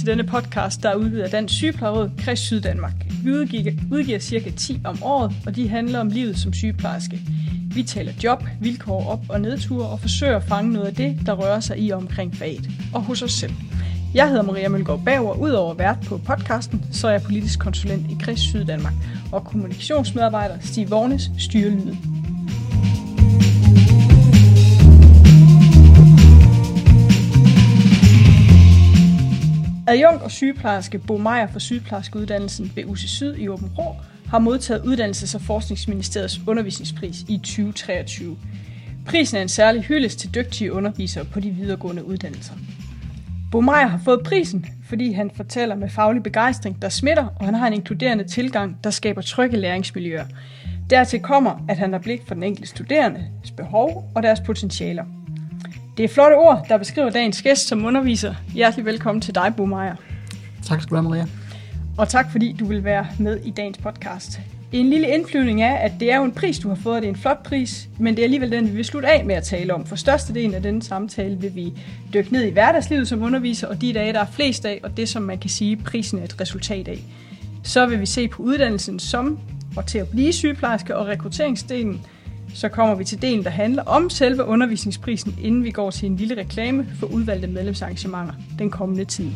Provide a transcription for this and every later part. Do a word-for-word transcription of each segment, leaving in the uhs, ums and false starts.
til denne podcast, der er udgivet af Dansk Sygeplejeråd, Kreds Syddanmark. Vi udgiver, udgiver cirka ti om året, og de handler om livet som sygeplejerske. Vi taler job, vilkår, op- og nedture og forsøger at fange noget af det, der rører sig i og omkring faget og hos os selv. Jeg hedder Maria Mølgaard Bauer, udover vært på podcasten, så er jeg politisk konsulent i Kreds Syddanmark, og kommunikationsmedarbejder Stig Vågnes styrer lyden. Adjunkt og sygeplejerske Bo Meyer fra sygeplejerskeuddannelsen ved U C Syd i Aabenraa har modtaget Uddannelses- og Forskningsministeriets undervisningspris i tyve treogtyve. Prisen er en særlig hyldest til dygtige undervisere på de videregående uddannelser. Bo Meyer har fået prisen, fordi han fortæller med faglig begejstring, der smitter, og han har en inkluderende tilgang, der skaber trygge læringsmiljøer. Dertil kommer, at han har blik for den enkelte studerendes behov og deres potentialer. Det er flotte ord, der beskriver dagens gæst som underviser. Hjertelig velkommen til dig, Bo Meyer. Tak skal du have, Maria. Og tak, fordi du vil være med i dagens podcast. En lille indflyvning er, at det er jo en pris, du har fået, og det er en flot pris, men det er alligevel den, vi vil slutte af med at tale om. For størstedelen af denne samtale vil vi dykke ned i hverdagslivet som underviser, og de dage, der er flest af, og det, som man kan sige, prisen er et resultat af. Så vil vi se på uddannelsen som og til at blive sygeplejerske og rekrutteringsdelen. Så kommer vi til delen, der handler om selve undervisningsprisen, inden vi går til en lille reklame for udvalgte medlemsarrangementer den kommende tid.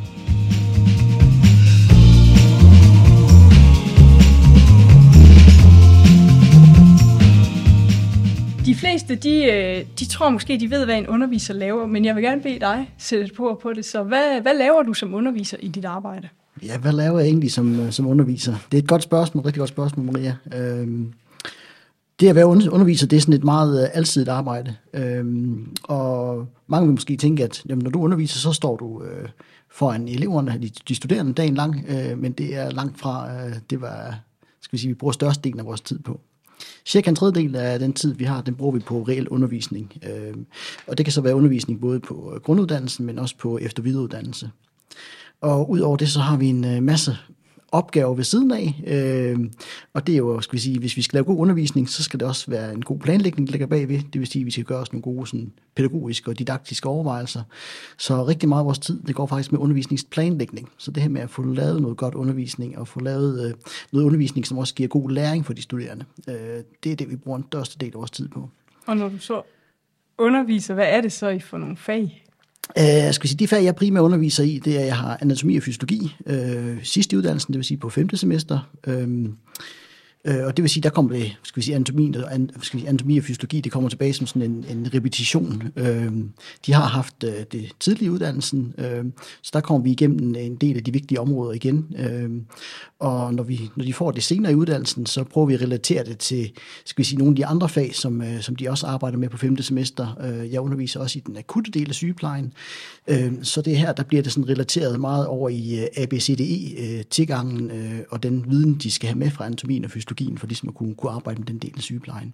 De fleste, de, de tror måske, de ved, hvad en underviser laver, men jeg vil gerne bede dig sætte et på på det. Så hvad, hvad laver du som underviser i dit arbejde? Ja, hvad laver jeg egentlig som, som underviser? Det er et godt spørgsmål, et rigtig godt spørgsmål, Maria. Øhm, det at være underviser, det er sådan et meget alsidigt arbejde. Øhm, og mange vil måske tænke, at jamen, når du underviser, så står du øh, foran eleverne, de, de studerende dagen lang, øh, men det er langt fra, øh, det var, skal vi sige, vi bruger størstedelen af vores tid på. Cirka en tredjedel af den tid, vi har, den bruger vi på reel undervisning. Øh, og det kan så være undervisning både på grunduddannelsen, men også på efter- og videreuddannelse. Og udover det, så har vi en masse opgaver ved siden af. Øh, og det er jo, skal vi sige, hvis vi skal lave god undervisning, så skal det også være en god planlægning, der ligger bagved. Det vil sige, at vi skal gøre os nogle gode sådan, pædagogiske og didaktiske overvejelser. Så rigtig meget af vores tid, det går faktisk med undervisningsplanlægning. Så det her med at få lavet noget godt undervisning, og få lavet øh, noget undervisning, som også giver god læring for de studerende. Øh, det er det, vi bruger den største del af vores tid på. Og når du så underviser, hvad er det så i for nogle fag? Jeg skal sige, de fag, jeg primært underviser i, det er, at jeg har anatomi og fysiologi øh, sidst i uddannelsen, det vil sige på femte semester. Øh, øh, og det vil sige, der kommer det, skal vi sige, anatomi, skal vi sige, anatomi og fysiologi, det kommer tilbage som sådan en, en repetition. Øh, de har haft øh, det tidlige i uddannelsen, øh, så der kommer vi igennem en del af de vigtige områder igen. Øh, og når, vi, når de får det senere i uddannelsen, så prøver vi at relatere det til, skal vi sige, nogle af de andre fag, som, øh, som de også arbejder med på femte semester. Øh, jeg underviser også i den akutte del af sygeplejen. Øh, så det her, der bliver det sådan relateret meget over i øh, A B C D E-tilgangen øh, øh, og den viden, de skal have med fra anatomien og fysiologien, for ligesom at kunne, kunne arbejde med den del af sygeplejen.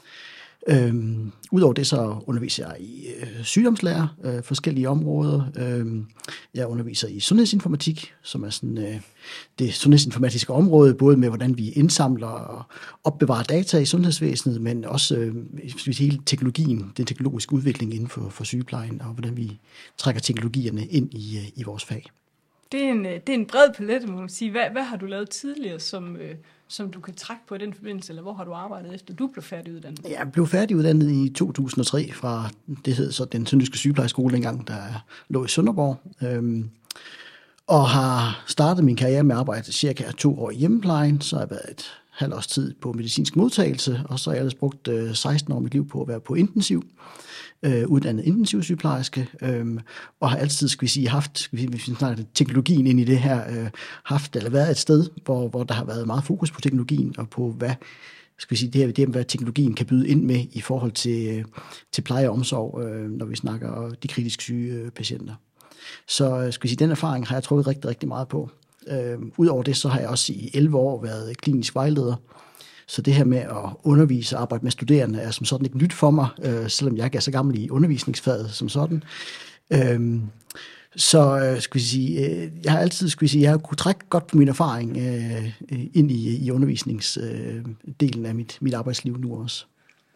Øhm, Udover det så underviser jeg i øh, sygdomslære, øh, forskellige områder. Øhm, jeg underviser i sundhedsinformatik, som er sådan øh, det sundhedsinformatiske område, både med hvordan vi indsamler og opbevarer data i sundhedsvæsenet, men også øh, hele teknologien, den teknologiske udvikling inden for, for sygeplejen, og hvordan vi trækker teknologierne ind i, øh, i vores fag. Det er en, det er en bred palette, må man sige. Hvad, hvad har du lavet tidligere, som, øh, som du kan trække på i den forbindelse, eller hvor har du arbejdet efter, du blev færdiguddannet? Jeg blev færdiguddannet i to tusind og tre fra, det hed så den sønderjyske sygeplejeskole dengang, der lå i Sønderborg, øhm, og har startet min karriere med at arbejde cirka to år i hjemmeplejen, så har jeg været et halvt års tid på medicinsk modtagelse, og så har jeg ellers brugt øh, seksten år af mit liv på at være på intensiv, øh, uddannet intensivsygeplejerske, øh, og har altid, skal vi sige, haft, skal vi sige, hvis vi snakker teknologien ind i det her, øh, haft eller været et sted, hvor, hvor der har været meget fokus på teknologien, og på hvad, skal vi sige, det her, det her, hvad teknologien kan byde ind med i forhold til, til pleje og omsorg, øh, når vi snakker de kritisk syge øh, patienter. Så skal vi sige, den erfaring har jeg trukket rigtig, rigtig meget på. Øh, Udover det, så har jeg også i elleve år været klinisk vejleder. Så det her med at undervise og arbejde med studerende er som sådan ikke nyt for mig, øh, selvom jeg ikke er så gammel i undervisningsfaget som sådan. Øh, så øh, skal vi sige, øh, jeg har altid, skal vi sige, jeg har kunne trække godt på min erfaring øh, ind i, i undervisningsdelen øh, af mit, mit arbejdsliv nu også.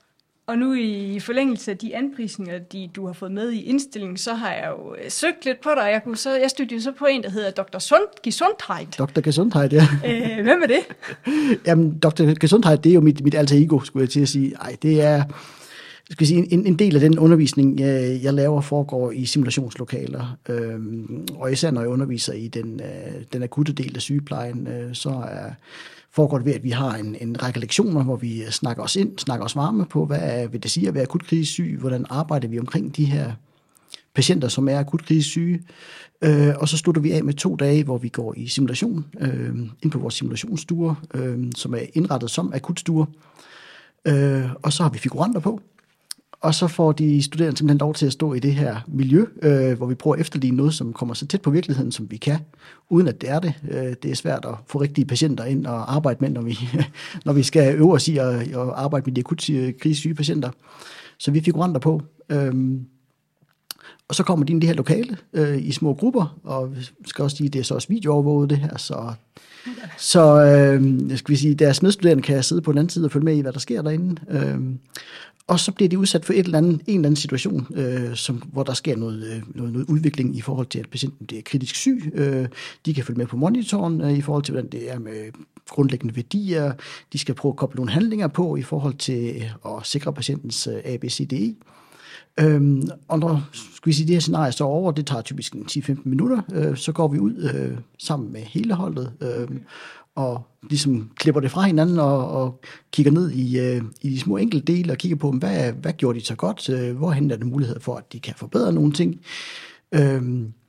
Og nu i forlængelse af de anprisninger, de, du har fået med i indstillingen, så har jeg jo søgt lidt på dig. Jeg, kunne så, jeg stødte jo så på en, der hedder doktor Sund, Gesundheit. doktor Gesundheit, ja. Øh, hvem er det? Jamen, doktor Gesundheit, det er jo mit, mit alter ego, skulle jeg til at sige. Ej, det er skal jeg sige, en, en del af den undervisning, jeg, jeg laver, foregår i simulationslokaler. Øhm, og især når jeg underviser i den, øh, den akutte del af sygeplejen, øh, så er foregår det ved, at vi har en, en række lektioner, hvor vi snakker os ind, snakker os varme på, hvad vil det sige at være akut kritisk syg, hvordan arbejder vi omkring de her patienter, som er akut kritisk syge. Øh, og så slutter vi af med to dage, hvor vi går i simulation, øh, ind på vores simulationsstuer, øh, som er indrettet som akutstuer. Øh, og så har vi figuranter på. Og så får de studerende simpelthen lov til at stå i det her miljø, øh, hvor vi prøver at efterligne noget, som kommer så tæt på virkeligheden, som vi kan, uden at det er det. Øh, det er svært at få rigtige patienter ind og arbejde med, når vi, når vi skal øve os i at, at arbejde med de akut kritisk syge patienter. Så vi figuranter på. Øh, og så kommer de ind i det her lokale øh, i små grupper, og vi skal også sige, at det er så også videoovervåget det her, så... Så øh, skal vi sige, deres medstuderende kan sidde på den anden side og følge med i, hvad der sker derinde. Øh, og så bliver de udsat for et eller andet, en eller anden situation, øh, som, hvor der sker noget, noget, noget udvikling i forhold til, at patienten bliver kritisk syg. Øh, de kan følge med på monitoren øh, i forhold til, hvordan det er med grundlæggende værdier. De skal prøve at koble nogle handlinger på i forhold til at sikre patientens øh, A B C D E. Øhm, og når skal vi sige, det her scenarie står over, det tager typisk ti til femten minutter, øh, så går vi ud øh, sammen med hele holdet øh, og ligesom klipper det fra hinanden og, og kigger ned i, øh, i de små enkelte dele og kigger på, hvad, hvad gjorde de så godt, øh, hvorhen er der mulighed for, at de kan forbedre nogle ting. Øh,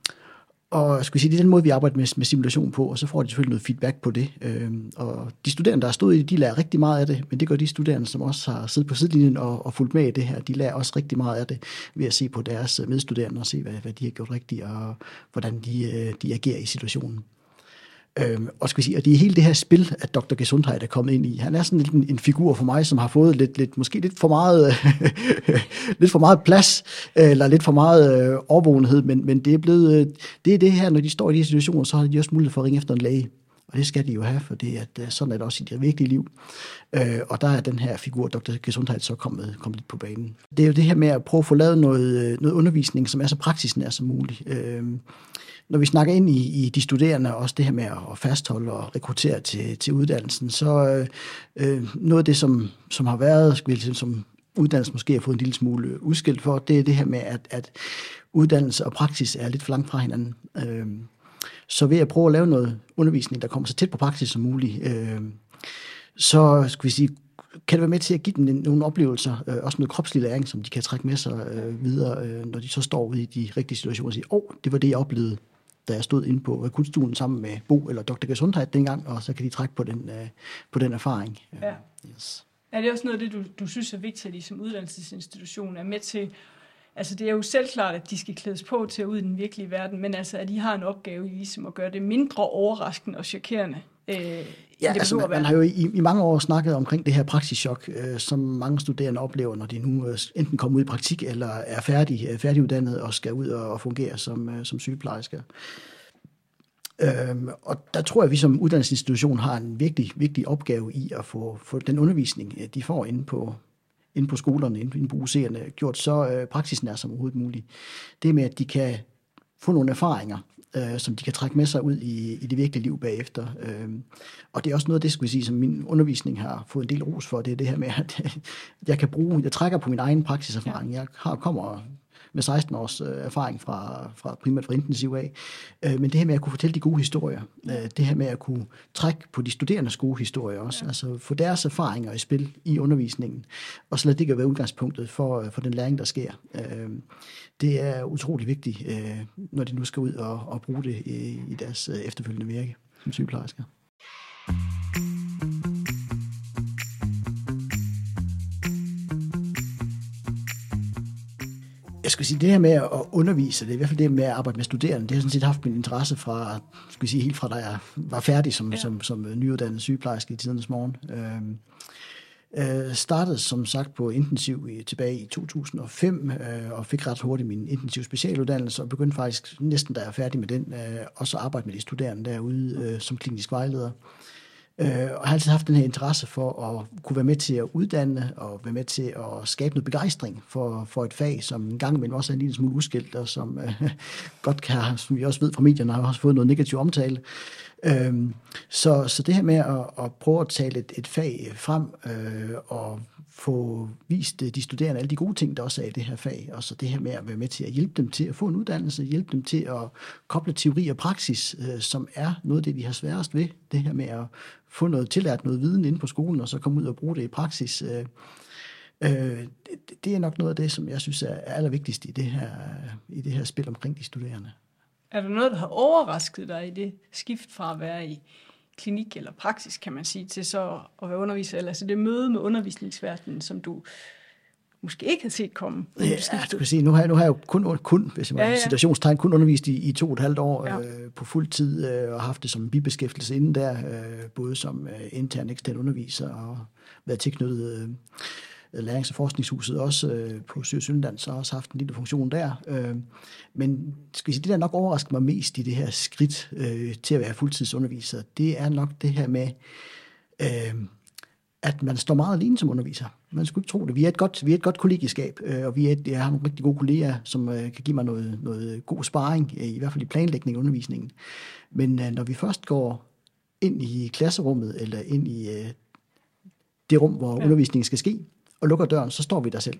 Og skal vi sige, det er den måde, vi arbejder med, med simulation på, og så får de selvfølgelig noget feedback på det. Øhm, og de studerende, der har stået i det, de lærer rigtig meget af det, men det gør de studerende, som også har siddet på sidelinjen og, og fulgt med i det her, de lærer også rigtig meget af det ved at se på deres medstuderende og se, hvad, hvad de har gjort rigtigt, og hvordan de, de agerer i situationen. Øhm, og skal vi sige, og det er hele det her spil, at doktor Gesundheit er kommet ind i. Han er sådan lidt en, en figur for mig, som har fået lidt, lidt måske lidt for meget, lidt for meget plads, eller lidt for meget øh, overvågenhed, men, men det er blevet, øh, det er det her, når de står i de situationer, så har de også mulighed for at ringe efter en læge. Og det skal de jo have, for det at, øh, sådan er det også i det virkelige liv. Øh, og der er den her figur, doktor Gesundheit, så kommet, kommet lidt på banen. Det er jo det her med at prøve at få lavet noget, noget undervisning, som er så praksisnær som muligt. Øh, Når vi snakker ind i, i de studerende, også det her med at fastholde og rekruttere til, til uddannelsen, så øh, noget af det, som, som har været, skal vi sige, som uddannelsen måske har fået en lille smule udskilt for, det er det her med, at, at uddannelse og praksis er lidt for langt fra hinanden. Øh, så ved at prøve at lave noget undervisning, der kommer så tæt på praksis som muligt, øh, så skal vi sige, kan det være med til at give dem nogle oplevelser, øh, også noget kropslig læring, som de kan trække med sig øh, videre, øh, når de så står ude i de rigtige situationer og siger, åh, oh, det var det, jeg oplevede, da jeg stod inde på akutstuen sammen med Bo eller doktor Gesundheit dengang, og så kan de trække på den, øh, på den erfaring. Ja. Yes. Er det også noget af det, du, du synes er vigtigt, at de som uddannelsesinstitution er med til? Altså det er jo selvklart, at de skal klædes på til at ud i den virkelige verden, men altså at de har en opgave i ligesom at gøre det mindre overraskende og chokerende. Øh, ja, altså man, man har jo i, i mange år snakket omkring det her praksischok, øh, som mange studerende oplever, når de nu øh, enten kommer ud i praktik eller er færdig, øh, færdiguddannet og skal ud og, og fungere som, øh, som sygeplejersker. Øhm, og der tror jeg, at vi som uddannelsesinstitution har en virkelig vigtig opgave i at få, få den undervisning, de får inde på, inde på skolerne, inde på U C'erne, gjort så øh, praksisnær som overhovedet muligt. Det med, at de kan få nogle erfaringer, øh, som de kan trække med sig ud i, i det virkelige liv bagefter. Øh, og det er også noget af det, skulle jeg sige, som min undervisning har fået en del ros for, det er det her med, at jeg kan bruge, jeg trækker på min egen praksiserfaring. Jeg har, kommer med seksten års øh, erfaring fra, fra primært fra intensiv af. Øh, men det her med at kunne fortælle de gode historier, øh, det her med at kunne trække på de studerendes gode historier også, ja. Altså få deres erfaringer i spil i undervisningen, og så lade det være udgangspunktet for, for den læring, der sker. Øh, det er utrolig vigtigt, øh, når de nu skal ud og, og bruge det i, i deres øh, efterfølgende virke som sygeplejersker. Jeg skal sige, det her med at undervise, det er i hvert fald det med at arbejde med studerende, det har sådan set haft min interesse fra, skal sige, helt fra da jeg var færdig som, ja. som, som nyuddannet sygeplejerske i tidernes morgen. Øh, øh, startede som sagt på intensiv i, tilbage i to tusind og fem, øh, og fik ret hurtigt min intensiv specialuddannelse, og begyndte faktisk næsten, da jeg er færdig med den, øh, også at arbejde med de studerende derude øh, som klinisk vejleder. Øh, og jeg har altid haft den her interesse for at kunne være med til at uddanne og være med til at skabe noget begejstring for, for et fag, som en gang imellem også er en lille smule udskilt, og som øh, godt kan, som vi også ved fra medierne, har også fået noget negativ omtale. Øhm, så, så det her med at, at prøve at tale et, et fag frem øh, og få vist de studerende alle de gode ting, der også er i det her fag, og så det her med at være med til at hjælpe dem til at få en uddannelse, hjælpe dem til at koble teori og praksis, øh, som er noget af det, de har sværest ved, det her med at få noget tillært, noget viden inde på skolen, og så komme ud og bruge det i praksis. Øh, øh, det, det er nok noget af det, som jeg synes er allervigtigst i det her, i det her spil omkring de studerende. Er der noget, der har overrasket dig i det skift fra at være i klinik eller praksis, kan man sige, til så at være underviser, eller altså det møde med undervisningsverdenen, som du måske ikke havde set komme? Ja, du kan sige, nu har jeg, nu har jeg jo kun, kun hvis jeg må ja, ja. situationstegn, kun undervist i, i to og et halvt år ja. øh, på fuld tid, øh, og haft det som bibeskæftigelse inden der, øh, både som øh, intern og ekstern underviser, og været tilknyttet øh, Lærings- og Forskningshuset også øh, på Sydøstjylland, så har også haft en lille funktion der. Øh, men skal vi sige, det der nok overrasker mig mest i det her skridt øh, til at være fuldtidsunderviser, det er nok det her med, øh, at man står meget alene som underviser. Man skulle ikke tro det. Vi er et godt, vi er et godt kollegieskab, øh, og vi er et, jeg har nogle rigtig gode kolleger, som øh, kan give mig noget, noget god sparring, øh, i hvert fald i planlægning af undervisningen. Men øh, når vi først går ind i klasserummet, eller ind i øh, det rum, hvor ja. undervisningen skal ske, og lukker døren, så står vi der selv.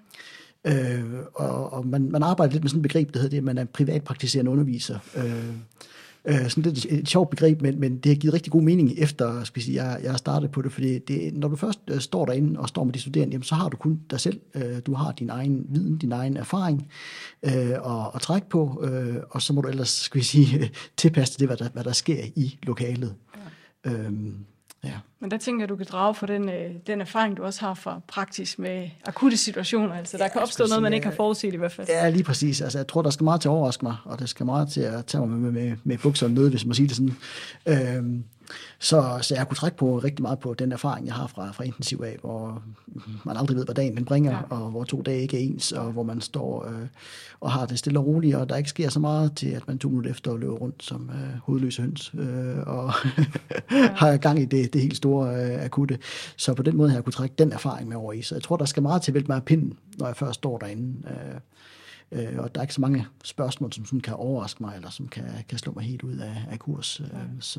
Øh, og og man, man arbejder lidt med sådan et begreb, der hedder det, at man er privatpraktiserende underviser. Øh, øh, sådan lidt et, et sjovt begreb, men, men det har givet rigtig god mening efter, skal vi sige, jeg, jeg har startet på det, fordi det, når du først øh, står derinde og står med de studerende, jamen, så har du kun dig selv. Øh, du har din egen viden, din egen erfaring øh, og, og træk på, øh, og så må du ellers, skal vi sige, tilpasse det, hvad der, hvad der sker i lokalet. Ja. Øh, Ja. Men der tænker jeg, du kan drage for den, øh, den erfaring, du også har fra praksis med akutte situationer. Altså, der ja, kan opstå noget, man ikke har forudset i hvert fald. Ja, lige præcis. Altså, jeg tror, der skal meget til at overraske mig, og der skal meget til at tage mig med, med, med, med bukserne nede, hvis man siger det sådan. Øhm, så, så jeg kunne trække på rigtig meget på den erfaring, jeg har fra, fra intensiv af, hvor man aldrig ved, hvad dagen den bringer, ja. og hvor to dage ikke er ens, og hvor man står øh, og har det stille og roligt, og der ikke sker så meget til, at man to minutter efter løber rundt som øh, hovedløse høns, øh, og ja. har gang i det, det helt store øh, akutte. Så på den måde har jeg kunne trække den erfaring med over i. Så jeg tror, der skal meget til at vælte mig af pinden, når jeg først står derinde. Øh, øh, og der er ikke så mange spørgsmål, som sådan kan overraske mig, eller som kan, kan slå mig helt ud af, af kurs. Øh, så,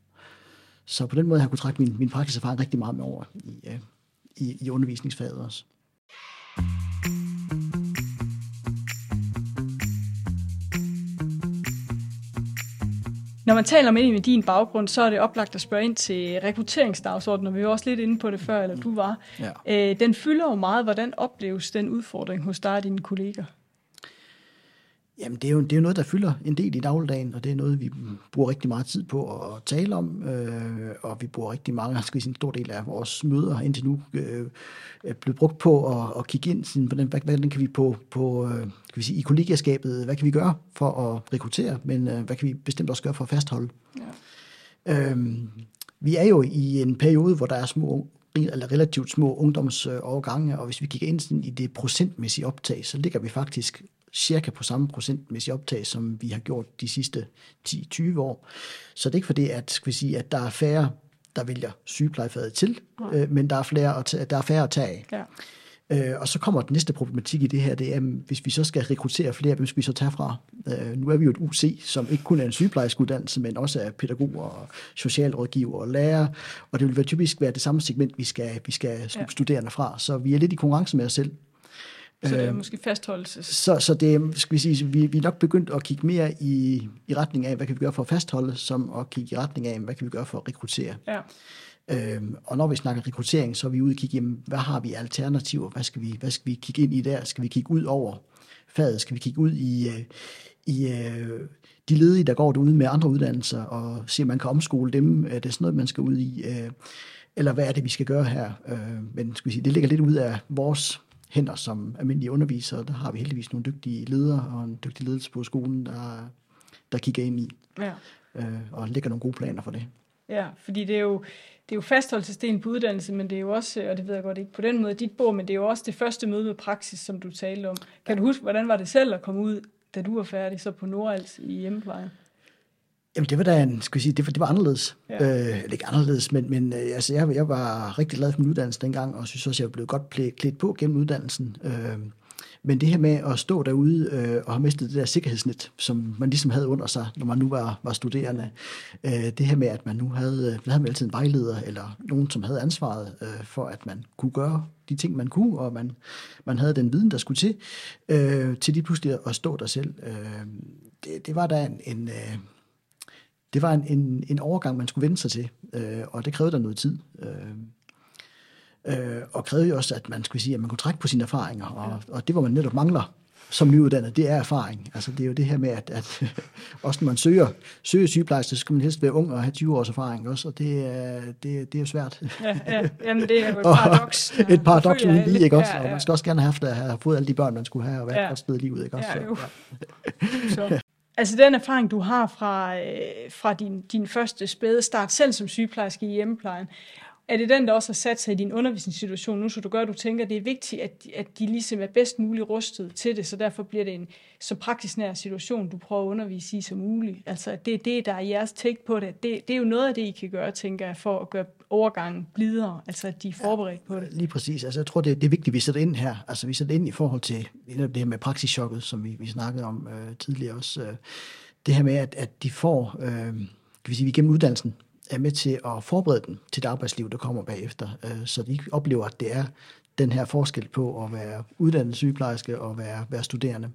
så på den måde har jeg kunne trække min, min praksiserfaring rigtig meget med over i, øh, i, i undervisningsfaget også. Når man taler med med din baggrund, så er det oplagt at spørge ind til rekrutteringsdagsordenen, og vi var også lidt inde på det før, eller du var. Ja. Øh, den fylder jo meget. Hvordan opleves den udfordring hos dig og dine kolleger? Jamen, det er, jo, det er jo noget, der fylder en del i dagligdagen, og det er noget, vi bruger rigtig meget tid på at tale om, øh, og vi bruger rigtig mange, skal vi sige, en stor del af vores møder indtil nu øh, er blevet brugt på at, at kigge ind, sådan, hvordan, hvordan kan vi på, på skal vi sige, i kollegiaskabet, hvad kan vi gøre for at rekruttere, men øh, hvad kan vi bestemt også gøre for at fastholde. Ja. Øh, vi er jo i en periode, hvor der er små eller relativt små ungdomsårgange, og hvis vi kigger ind sådan, i det procentmæssige optag, så ligger vi faktisk cirka på samme procentmæssige optag, som vi har gjort de sidste ti til tyve år. Så det er ikke fordi, at, skal vi sige, at der er færre, der vælger sygeplejefaget til, øh, men der er, flere at tage, der er færre at tage af. Ja. Øh, og så kommer den næste problematik i det her, det er, hvis vi så skal rekruttere flere, hvem skal vi så tage fra? Øh, nu er vi jo et U C, som ikke kun er en sygeplejerskeuddannelse, men også er pædagoger og socialrådgiver og lærer, og det vil være typisk være det samme segment, vi skal, vi skal ja. studerende fra. Så vi er lidt i konkurrence med os selv. Så det er måske fastholdelses. Så, så det, skal vi sige, vi, vi er nok begyndt at kigge mere i, i retning af, hvad kan vi gøre for at fastholde, som at kigge i retning af, hvad kan vi gøre for at rekruttere. Ja. Øhm, og når vi snakker rekruttering, så er vi ude og kigge, jamen, hvad har vi alternativer? Hvad skal vi, hvad skal vi kigge ind i der? Skal vi kigge ud over faget? Skal vi kigge ud i, i de ledige, der går derude med andre uddannelser, og se, om man kan omskole dem? Er det sådan noget, man skal ud i? Eller hvad er det, vi skal gøre her? Men skal vi sige, det ligger lidt ud af vores hænder som almindelige undervisere. Der har vi heldigvis nogle dygtige ledere og en dygtig ledelse på skolen, der, der kigger ind i ja. øh, og lægger nogle gode planer for det. Ja, fordi det er jo, det er jo fastholdelsesdelen på uddannelse, men det er jo også, og det ved jeg godt ikke på den måde dit bord, men det er jo også det første møde med praksis, som du talte om. Kan ja. du huske, hvordan var det selv at komme ud, da du var færdig, så på Nordals i hjemmeplejen? Jamen det var da en, skal vi sige, det var, det var anderledes. Ja. Øh, ikke anderledes, men, men altså, jeg, jeg var rigtig glad for min uddannelse dengang, og synes også, jeg blev godt klædt på gennem uddannelsen. Øh, men det her med at stå derude øh, og have mistet det der sikkerhedsnet, som man ligesom havde under sig, når man nu var, var studerende. Øh, det her med, at man nu havde, man havde altid en vejleder, eller nogen, som havde ansvaret øh, for, at man kunne gøre de ting, man kunne, og man, man havde den viden, der skulle til, øh, til lige pludselig at stå der selv. Øh, det, det var da en... en øh, Det var en, en, en overgang, man skulle vende sig til, øh, og det krævede der noget tid. Øh, øh, og krævede jo også, at man skulle sige, at man kunne trække på sine erfaringer, og, og det, hvor man netop mangler som nyuddannet, det er erfaring. Altså det er jo det her med, at, at også når man søger, søger sygeplejerske, så skal man helst være ung og have tyve års erfaring også, og det er, det, det er jo svært. Ja, ja. Jamen det er jo et paradoks. Et paradoks uden lige, ikke også? Ja, ja. Og man skal også gerne have haft at have fået alle de børn, man skulle have, og været ja. et sted i livet, ikke også? Ja, jo. Så, så. Altså den erfaring, du har fra, øh, fra din, din første spæde start, selv som sygeplejerske i hjemmeplejen, er det den, der også har sat sig i din undervisningssituation nu, så du gør, at du tænker, at det er vigtigt, at, at de ligesom er bedst muligt rustet til det, så derfor bliver det en så praksisnær situation, du prøver at undervise i som muligt. Altså at det er det, der er jeres take på det. det. Det er jo noget af det, I kan gøre, tænker jeg, for at gøre overgangen blidere, altså at de er forberedt ja, på det. Lige præcis. Altså jeg tror, det, det er vigtigt, at vi sætter ind her. Altså vi sætter ind i forhold til det her med praksischokket, som vi, vi snakkede om øh, tidligere også. Øh, det her med, at, at de får, øh, kan vi sige, vi gennem uddannelsen, er med til at forberede dem til det arbejdsliv, der kommer bagefter, så de oplever, at det er den her forskel på at være uddannet sygeplejerske og være, være studerende.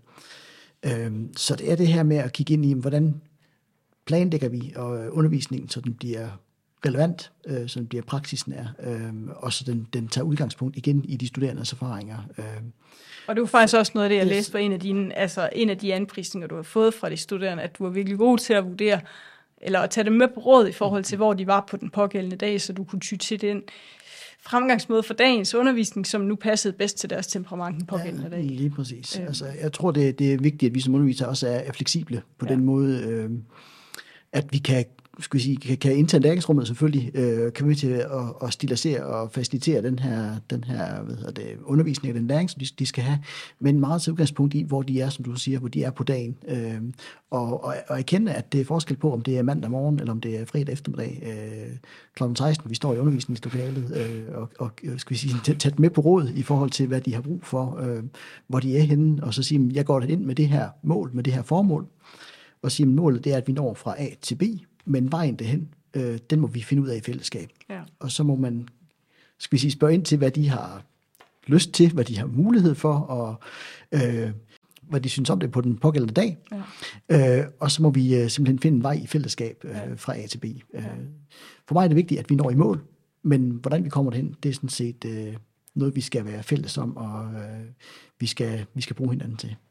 Så det er det her med at kigge ind i, hvordan planlægger vi undervisningen, så den bliver relevant, så den bliver praksisnær, og så den, den tager udgangspunkt igen i de studerendes erfaringer. Og det var faktisk også noget af det, jeg læste på en af dine, altså en af de anprisninger, du har fået fra de studerende, at du er virkelig god til at vurdere, eller at tage dem med på råd i forhold til, hvor de var på den pågældende dag, så du kunne ty til den fremgangsmåde for dagens undervisning, som nu passede bedst til deres temperament den pågældende ja, dag. Lige præcis. Øh. Altså, jeg tror, det, det er vigtigt, at vi som undervisere også er, er fleksible på ja. den måde, øh, at vi kan skal vi sige, kan, kan indtage læringsrummet selvfølgelig, øh, kan vi til at, at stilisere og facilitere den her, den her hvad hedder det, undervisning og den læring, som de, de skal have, men meget til udgangspunkt i, hvor de er, som du siger, hvor de er på dagen. Øh, og, og, og erkende, at det er forskel på, om det er mandag morgen, eller om det er fredag eftermiddag, øh, klokken seksten, vi står i undervisningslokalet, øh, og, og skal vi sige, tæt med på råd i forhold til, hvad de har brug for, øh, hvor de er henne, og så sige, jeg går ind med det her mål, med det her formål, og sige, målet det er, at vi når fra A til B, men vejen derhen, øh, den må vi finde ud af i fællesskab. Ja. Og så må man, skal vi sige, spørge ind til, hvad de har lyst til, hvad de har mulighed for, og øh, hvad de synes om det på den pågældende dag. Ja. Øh, og så må vi øh, simpelthen finde en vej i fællesskab øh, ja. fra A til B. Ja. Øh, for mig er det vigtigt, at vi når i mål, men hvordan vi kommer derhen, det er sådan set øh, noget, vi skal være fælles om, og øh, vi, skal, vi skal bruge hinanden til.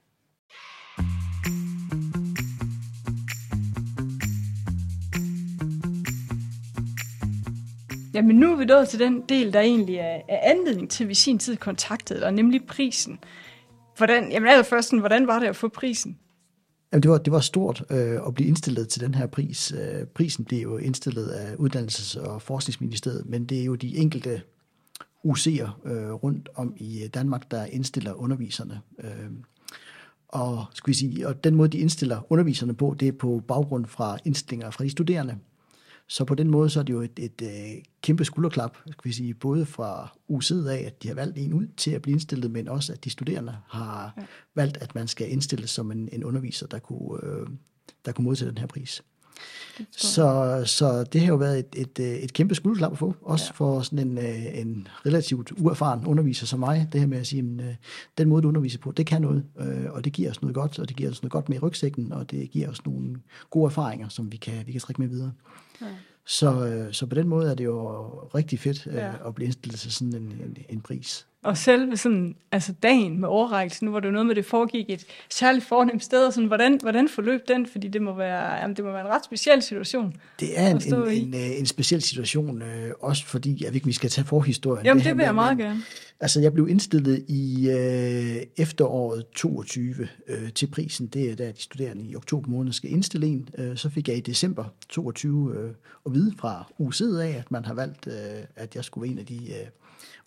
Ja, men nu er vi nået til den del, der egentlig er, er anledning til, at vi sin tid kontaktede dig, nemlig prisen. Hvordan, jamen allerførst, hvordan var det at få prisen? Jamen, det var, det var stort øh, at blive indstillet til den her pris. Øh, prisen blev jo indstillet af Uddannelses- og Forskningsministeriet, men det er jo de enkelte U C'er øh, rundt om i Danmark, der indstiller underviserne. Øh, og, skal vi sige, og den måde, de indstiller underviserne på, det er på baggrund fra indstillinger fra de studerende. Så på den måde så er det jo et, et, et kæmpe skulderklap, skal vi sige, både fra U C'et af, at de har valgt en ud til at blive indstillet, men også at de studerende har ja. valgt, at man skal indstilles som en, en underviser, der kunne, øh, der kunne modtage den her pris. Så, så det har jo været et, et, et kæmpe skulderklap at få, også ja. for sådan en, en relativt uerfaren underviser som mig. Det her med at sige, at den måde, du underviser på, det kan noget, og det giver os noget godt, og det giver os noget godt med i rygsækken, og det giver os nogle gode erfaringer, som vi kan, vi kan trække med videre. Ja. Så, så på den måde er det jo rigtig fedt ja. at blive indstillet til sådan en, en, en pris. Og selve sådan, altså dagen med overrækkelsen, nu var det jo noget med, det foregik et særligt fornemt sted, og sådan, hvordan, hvordan forløb den? Fordi det må være, jamen, det må være en ret speciel situation. Det er en, en, en, en speciel situation, øh, også fordi, jeg ved ikke, vi skal tage forhistorien. Jamen, det, det vil jeg meget gerne. Altså, jeg blev indstillet i øh, efteråret toogtyve øh, til prisen. Det er da de studerende i oktober måned skal indstille en. Øh, så fik jeg i december toogtyve øh, at vide fra U C'et af, at man har valgt, øh, at jeg skulle være en af de øh,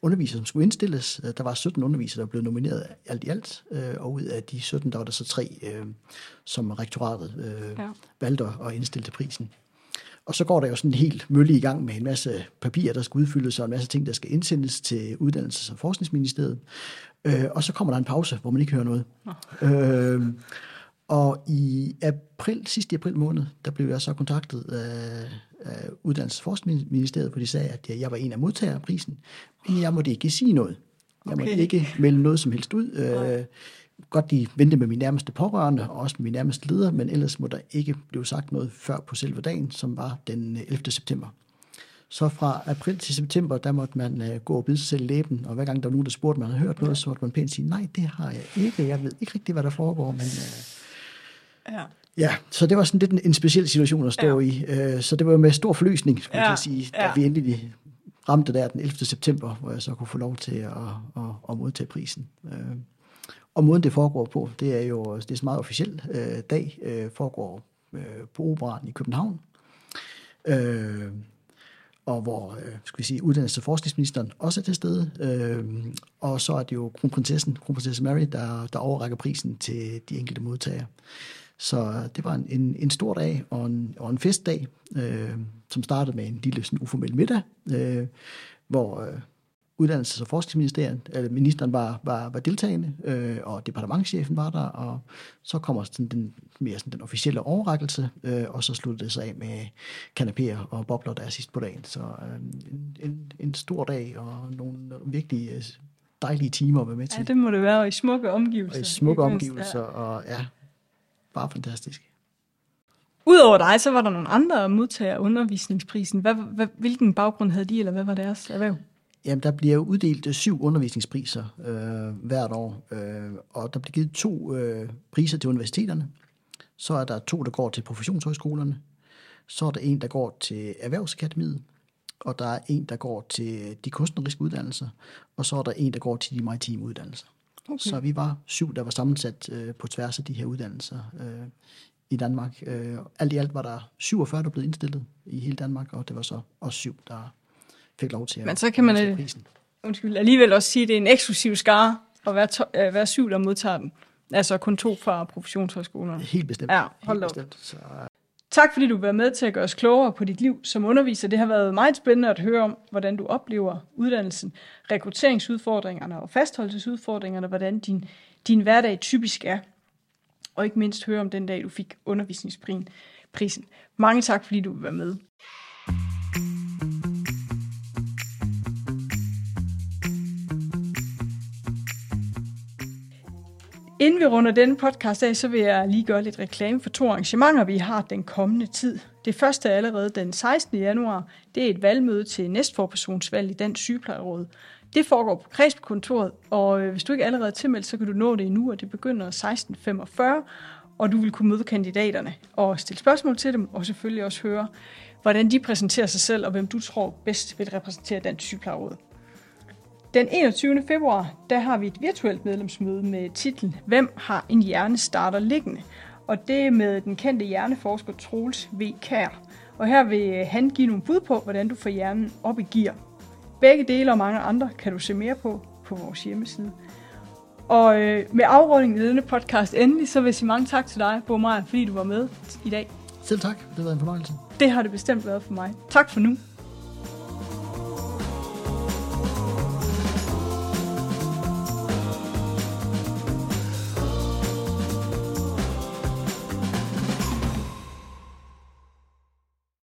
undervisere, som skulle indstilles. Der var sytten undervisere, der blev nomineret alt i alt, øh, og ud af de sytten, der var der så tre, øh, som rektoratet øh, ja. valgte at indstille til prisen. Og så går der jo sådan en helt mølle i gang med en masse papirer, der skal udfyldes, og en masse ting, der skal indsendes til Uddannelses- og Forskningsministeriet. Øh, og så kommer der en pause, hvor man ikke hører noget. Øh, og i april, sidste april måned, der blev jeg så kontaktet af, af Uddannelses- og Forskningsministeriet, hvor de sagde, at jeg var en af modtagere af prisen, men jeg måtte ikke sige noget. Jeg måtte okay. ikke melde noget som helst ud. Øh, godt de vente med min nærmeste pårørende, og også med min nærmeste leder, men ellers må der ikke blive sagt noget før på selve dagen, som var den ellevte september. Så fra april til september, der måtte man uh, gå og bide sig selv i læben, og hver gang der var nogen, der spurgte, man havde hørt noget, så måtte man pænt sige, nej, det har jeg ikke, jeg ved ikke rigtig, hvad der foregår, men uh, ja. ja, så det var sådan lidt en, en speciel situation at stå ja. i, uh, så det var med stor forløsning, skulle ja. jeg sige, da ja. vi endelig ramte der den ellevte september, hvor jeg så kunne få lov til at, at, at modtage prisen. Uh, Og måden det foregår på, det er jo det er en meget officiel øh, dag, øh, foregår øh, på Operaen i København, øh, og hvor øh, skal vi sige, Uddannelses- og Forskningsministeren også er til stede, øh, og så er det jo kronprinsessen, kronprinsesse Mary, der, der overrækker prisen til de enkelte modtagere. Så det var en, en, en stor dag og en, og en festdag, øh, som startede med en lille sådan, uformel middag, øh, hvor øh, Uddannelses- og Forskningsministeriet, eller ministeren var, var, var deltagende, øh, og departementschefen var der, og så kommer sådan den, mere sådan den officielle overrækkelse, øh, og så sluttede det sig af med kanapéer og bobler, der er sidst på dagen. Så øh, en, en, en stor dag, og nogle virkelig øh, dejlige timer at være med til. Ja, det må det være, og i smukke omgivelser. Og i smukke omgivelser, ja. og ja, bare fantastisk. Udover dig, så var der nogle andre modtagere af undervisningsprisen. Hvad, hvad, hvilken baggrund havde de, eller hvad var deres erhverv? Jamen, der bliver uddelt syv undervisningspriser øh, hvert år, øh, og der bliver givet to øh, priser til universiteterne. Så er der to, der går til professionshøjskolerne. Så er der en, der går til Erhvervsakademiet, og der er en, der går til de kunstneriske uddannelser, og så er der en, der går til de maritime uddannelser. Okay. Så vi var syv, der var sammensat øh, på tværs af de her uddannelser øh, i Danmark. Øh, alt i alt var der syvogfyrre, der blev indstillet i hele Danmark, og det var så også syv, der fik lov til at Men så kan man prisen. Undskyld, alligevel også sige, at det er en eksklusiv skare at være, to, at være syv, der modtager den. Altså kun to fra professionshøjskolerne. Helt bestemt. Ja, hold Helt bestemt. Så... Tak fordi du var med til at gøre os klogere på dit liv som underviser. Det har været meget spændende at høre om, hvordan du oplever uddannelsen, rekrutteringsudfordringerne og fastholdelsesudfordringerne, hvordan din, din hverdag typisk er. Og ikke mindst høre om den dag, du fik undervisningsprisen. Mange tak, fordi du vil være med. Inden vi runder denne podcast af, så vil jeg lige gøre lidt reklame for to arrangementer, vi har den kommende tid. Det første er allerede den sekstende januar. Det er et valgmøde til næstforpersonsvalg i Dansk Sygeplejeråd. Det foregår på kredskontoret, og hvis du ikke allerede er tilmeldt, så kan du nå det endnu, og det begynder seksten femogfyrre, og du vil kunne møde kandidaterne og stille spørgsmål til dem, og selvfølgelig også høre, hvordan de præsenterer sig selv, og hvem du tror bedst vil repræsentere Dansk Sygeplejeråd. Den enogtyvende februar, der har vi et virtuelt medlemsmøde med titlen Hvem har en hjernestarter liggende? Og det er med den kendte hjerneforsker Troels V. Kjær. Og her vil han give nogle bud på, hvordan du får hjernen op i gear. Begge dele og mange andre kan du se mere på på vores hjemmeside. Og øh, med afrundingen i denne podcast endelig, så vil jeg sige mange tak til dig, Bo Meyer, fordi du var med i dag. Selv tak. Det har været en fornøjelse. Det har det bestemt været for mig. Tak for nu.